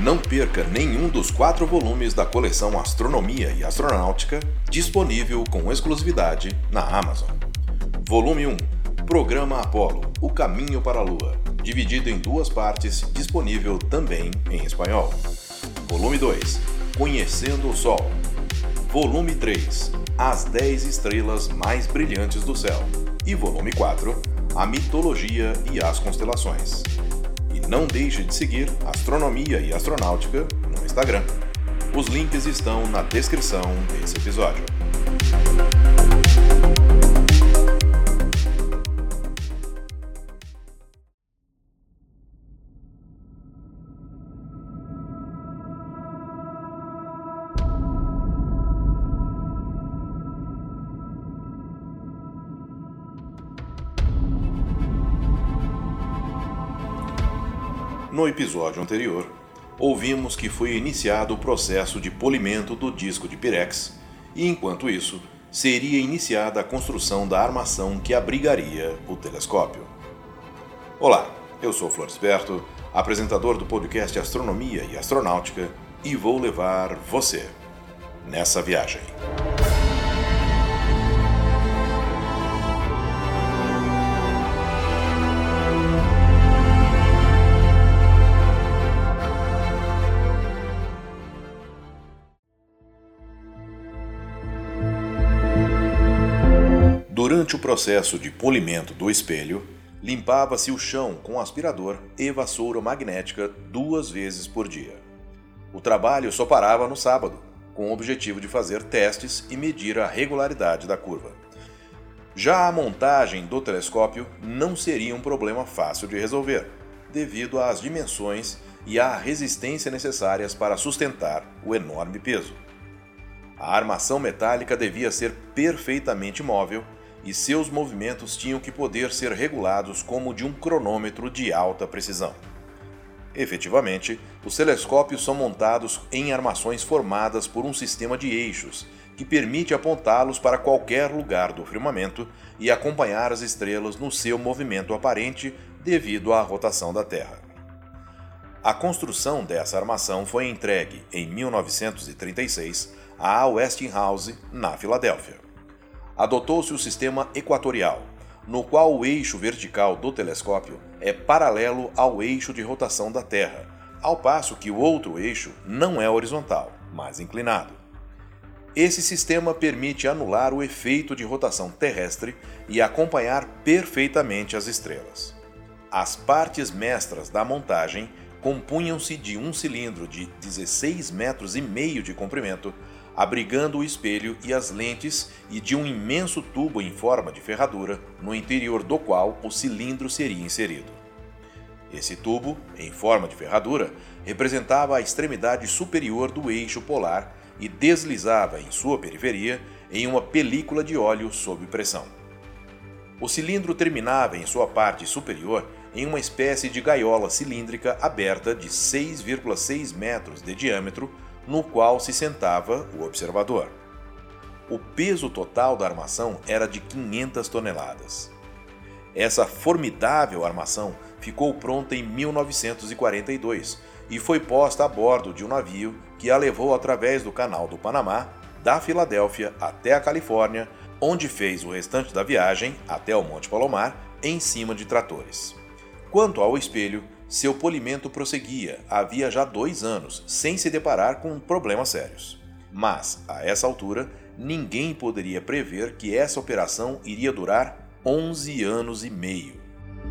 Não perca nenhum dos 4 volumes da coleção Astronomia e Astronáutica, disponível com exclusividade na Amazon. Volume 1. Programa Apollo, O Caminho para a Lua, dividido em 2 partes, disponível também em espanhol. Volume 2. Conhecendo o Sol. Volume 3. As 10 estrelas mais brilhantes do céu. E volume 4. A mitologia e as constelações. E não deixe de seguir Astronomia e Astronáutica no Instagram. Os links estão na descrição desse episódio. No episódio anterior, ouvimos que foi iniciado o processo de polimento do disco de Pirex e, enquanto isso, seria iniciada a construção da armação que abrigaria o telescópio. Olá, eu sou Floresberto, apresentador do podcast Astronomia e Astronáutica, e vou levar você nessa viagem. Durante o processo de polimento do espelho, limpava-se o chão com aspirador e vassoura magnética 2 vezes por dia. O trabalho só parava no sábado, com o objetivo de fazer testes e medir a regularidade da curva. Já a montagem do telescópio não seria um problema fácil de resolver, devido às dimensões e à resistência necessárias para sustentar o enorme peso. A armação metálica devia ser perfeitamente móvel e seus movimentos tinham que poder ser regulados como de um cronômetro de alta precisão. Efetivamente, os telescópios são montados em armações formadas por um sistema de eixos que permite apontá-los para qualquer lugar do firmamento e acompanhar as estrelas no seu movimento aparente devido à rotação da Terra. A construção dessa armação foi entregue em 1936 à Westinghouse, na Filadélfia. Adotou-se o sistema equatorial, no qual o eixo vertical do telescópio é paralelo ao eixo de rotação da Terra, ao passo que o outro eixo não é horizontal, mas inclinado. Esse sistema permite anular o efeito de rotação terrestre e acompanhar perfeitamente as estrelas. As partes mestras da montagem compunham-se de um cilindro de 16,5 metros de comprimento, abrigando o espelho e as lentes, e de um imenso tubo em forma de ferradura, no interior do qual o cilindro seria inserido. Esse tubo, em forma de ferradura, representava a extremidade superior do eixo polar e deslizava em sua periferia em uma película de óleo sob pressão. O cilindro terminava em sua parte superior em uma espécie de gaiola cilíndrica aberta de 6,6 metros de diâmetro, no qual se sentava o observador. O peso total da armação era de 500 toneladas. Essa formidável armação ficou pronta em 1942 e foi posta a bordo de um navio que a levou através do Canal do Panamá, da Filadélfia até a Califórnia, onde fez o restante da viagem até o Monte Palomar em cima de tratores. Quanto ao espelho, seu polimento prosseguia havia já 2 anos, sem se deparar com problemas sérios. Mas, a essa altura, ninguém poderia prever que essa operação iria durar 11 anos e meio.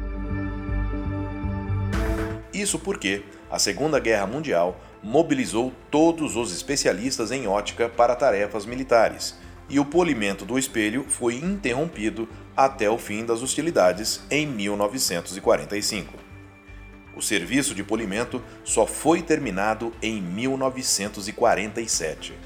Isso porque a Segunda Guerra Mundial mobilizou todos os especialistas em ótica para tarefas militares, e o polimento do espelho foi interrompido até o fim das hostilidades em 1945. O serviço de polimento só foi terminado em 1947.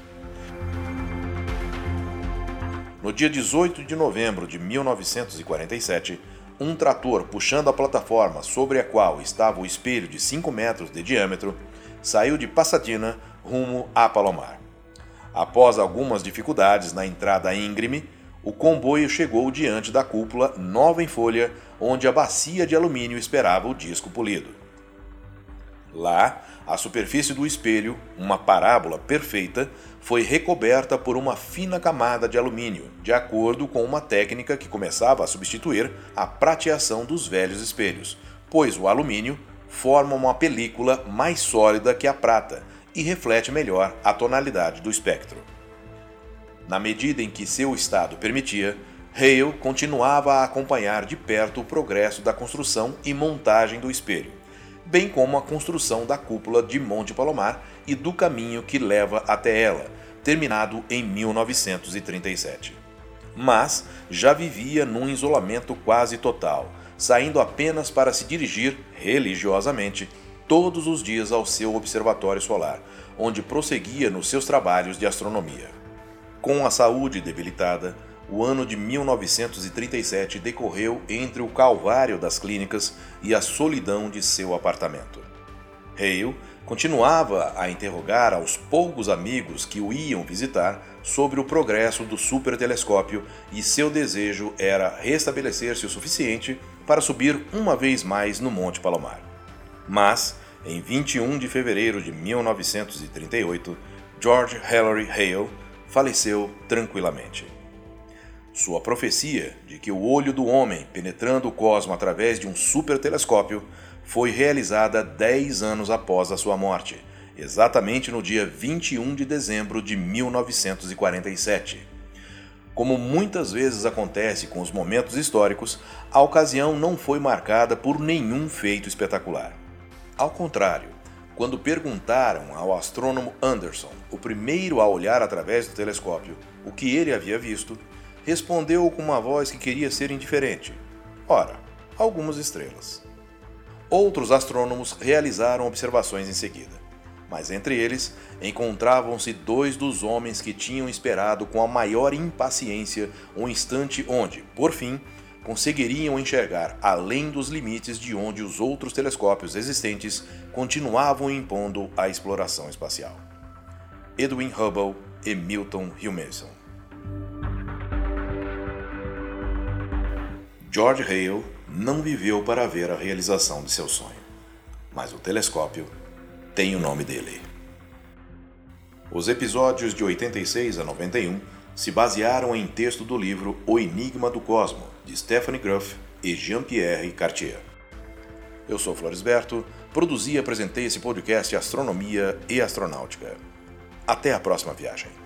No dia 18 de novembro de 1947, um trator puxando a plataforma sobre a qual estava o espelho de 5 metros de diâmetro saiu de Pasadena rumo a Palomar. Após algumas dificuldades na entrada íngreme, o comboio chegou diante da cúpula nova em folha, onde a bacia de alumínio esperava o disco polido. Lá, a superfície do espelho, uma parábola perfeita, foi recoberta por uma fina camada de alumínio, de acordo com uma técnica que começava a substituir a prateação dos velhos espelhos, pois o alumínio forma uma película mais sólida que a prata e reflete melhor a tonalidade do espectro. Na medida em que seu estado permitia, Hale continuava a acompanhar de perto o progresso da construção e montagem do espelho, bem como a construção da cúpula de Monte Palomar e do caminho que leva até ela, terminado em 1937. Mas já vivia num isolamento quase total, saindo apenas para se dirigir, religiosamente, todos os dias ao seu observatório solar, onde prosseguia nos seus trabalhos de astronomia. Com a saúde debilitada, o ano de 1937 decorreu entre o calvário das clínicas e a solidão de seu apartamento. Hale continuava a interrogar aos poucos amigos que o iam visitar sobre o progresso do supertelescópio e seu desejo era restabelecer-se o suficiente para subir uma vez mais no Monte Palomar. Mas, em 21 de fevereiro de 1938, George Ellery Hale faleceu tranquilamente. Sua profecia de que o olho do homem penetrando o cosmo através de um supertelescópio foi realizada 10 anos após a sua morte, exatamente no dia 21 de dezembro de 1947. Como muitas vezes acontece com os momentos históricos, a ocasião não foi marcada por nenhum feito espetacular. Ao contrário, quando perguntaram ao astrônomo Anderson, o primeiro a olhar através do telescópio, o que ele havia visto, respondeu com uma voz que queria ser indiferente. Ora, algumas estrelas. Outros astrônomos realizaram observações em seguida, mas entre eles encontravam-se dois dos homens que tinham esperado com a maior impaciência um instante onde, por fim, conseguiriam enxergar além dos limites de onde os outros telescópios existentes continuavam impondo a exploração espacial. Edwin Hubble e Milton Humason. George Hale não viveu para ver a realização de seu sonho, mas o telescópio tem o nome dele. Os episódios de 86 a 91 se basearam em texto do livro O Enigma do Cosmo, de Stephanie Gruff e Jean-Pierre Cartier. Eu sou Florisberto, produzi e apresentei esse podcast Astronomia e Astronáutica. Até a próxima viagem.